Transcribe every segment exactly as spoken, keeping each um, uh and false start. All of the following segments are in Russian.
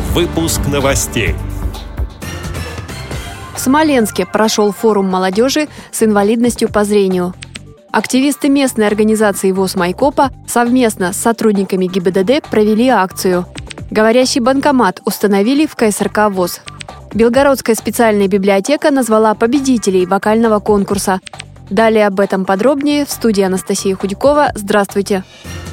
Выпуск новостей. В Смоленске прошел форум молодежи с инвалидностью по зрению. Активисты местной организации ВОС Майкопа совместно с сотрудниками ГИБДД провели акцию. Говорящий банкомат установили в КСРК ВОС. Белгородская специальная библиотека назвала победителей вокального конкурса. Далее об этом подробнее в студии Анастасия Худякова. Здравствуйте!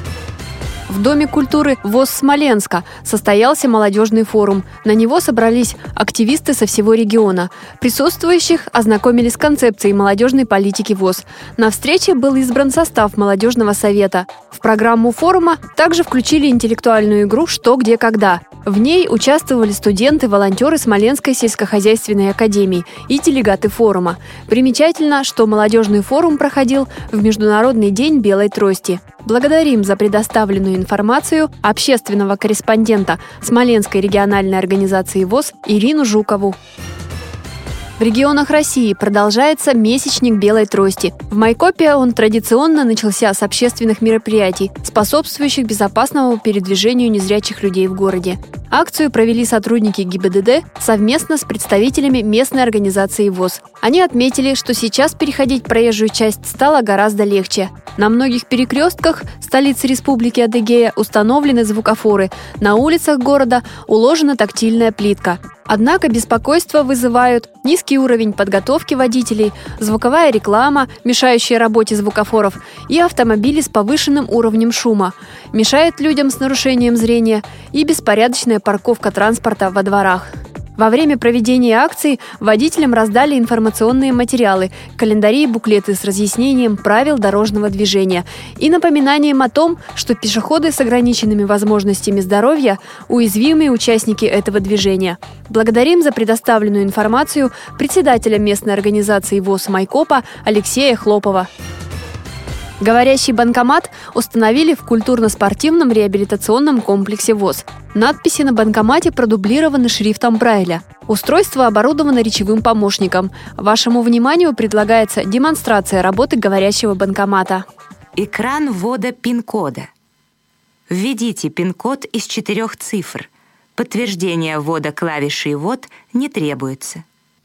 В Доме культуры ВОС Смоленска состоялся молодежный форум. На него собрались активисты со всего региона. Присутствующих ознакомились с концепцией молодежной политики ВОС. На встрече был избран состав молодежного совета. В программу форума также включили интеллектуальную игру «Что, где, когда». В ней участвовали студенты-волонтеры Смоленской сельскохозяйственной академии и делегаты форума. Примечательно, что молодежный форум проходил в Международный день белой трости. Благодарим за предоставленную информацию общественного корреспондента Смоленской региональной организации ВОС Ирину Жукову. В регионах России продолжается месячник белой трости. В Майкопе он традиционно начался с общественных мероприятий, способствующих безопасному передвижению незрячих людей в городе. Акцию провели сотрудники ГИБДД совместно с представителями местной организации ВОС. Они отметили, что сейчас переходить проезжую часть стало гораздо легче. На многих перекрестках столицы Республики Адыгея установлены звукофоры, на улицах города уложена тактильная плитка. Однако беспокойство вызывают низкий уровень подготовки водителей, звуковая реклама, мешающая работе звукофоров, и автомобили с повышенным уровнем шума, мешает людям с нарушением зрения и беспорядочная парковка транспорта во дворах. Во время проведения акции водителям раздали информационные материалы, календари и буклеты с разъяснением правил дорожного движения и напоминанием о том, что пешеходы с ограниченными возможностями здоровья – уязвимые участники этого движения. Благодарим за предоставленную информацию председателя местной организации ВОС Майкопа Алексея Хлопова. Говорящий банкомат установили в культурно-спортивном реабилитационном комплексе ВОС. Надписи на банкомате продублированы шрифтом Брайля. Устройство оборудовано речевым помощником. Вашему вниманию предлагается демонстрация работы говорящего банкомата. Экран ввода пин-кода. Введите пин-код из четырех цифр. Подтверждение ввода клавишей «Ввод» не требуется.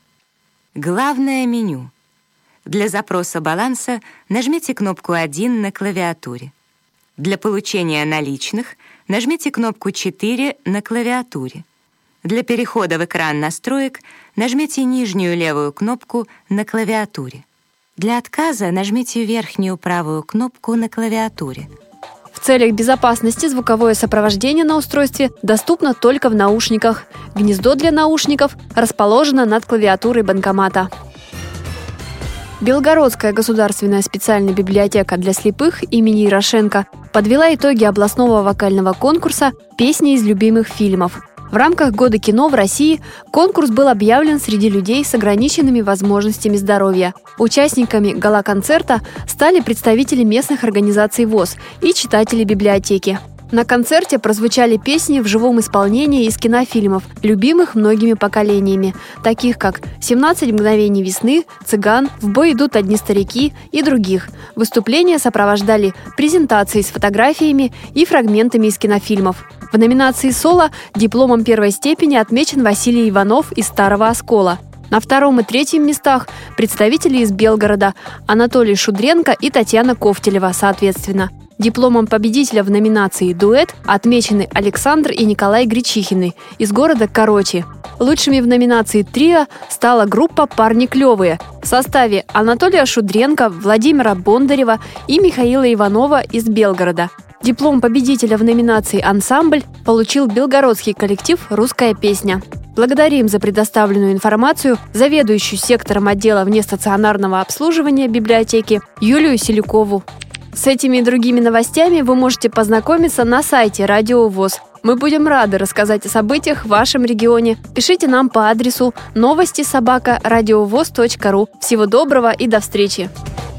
Главное меню. Для запроса баланса нажмите кнопку один на клавиатуре. Для получения наличных нажмите кнопку четыре на клавиатуре. Для перехода в экран настроек нажмите нижнюю левую кнопку на клавиатуре. Для отказа нажмите верхнюю правую кнопку на клавиатуре. В целях безопасности звуковое сопровождение на устройстве доступно только в наушниках. Гнездо для наушников расположено над клавиатурой банкомата. Белгородская государственная специальная библиотека для слепых имени Ярошенко подвела итоги областного вокального конкурса «Песни из любимых фильмов». В рамках Года кино в России конкурс был объявлен среди людей с ограниченными возможностями здоровья. Участниками гала-концерта стали представители местных организаций ВОС и читатели библиотеки. На концерте прозвучали песни в живом исполнении из кинофильмов, любимых многими поколениями, таких как «семнадцать мгновений весны», «Цыган», «В бой идут одни старики» и других. Выступления сопровождали презентации с фотографиями и фрагментами из кинофильмов. В номинации «Соло» дипломом первой степени отмечен Василий Иванов из Старого Оскола. На втором и третьем местах представители из Белгорода Анатолий Шудренко и Татьяна Ковтелева, соответственно. Дипломом победителя в номинации «Дуэт» отмечены Александр и Николай Гречихины из города Корочи. Лучшими в номинации «Трио» стала группа «Парни клевые» в составе Анатолия Шудренко, Владимира Бондарева и Михаила Иванова из Белгорода. Диплом победителя в номинации «Ансамбль» получил белгородский коллектив «Русская песня». Благодарим за предоставленную информацию заведующую сектором отдела внестационарного обслуживания библиотеки Юлию Селюкову. С этими и другими новостями вы можете познакомиться на сайте Радио ВОС. Мы будем рады рассказать о событиях в вашем регионе. Пишите нам по адресу новости собака радиовос точка ру. Всего доброго и до встречи!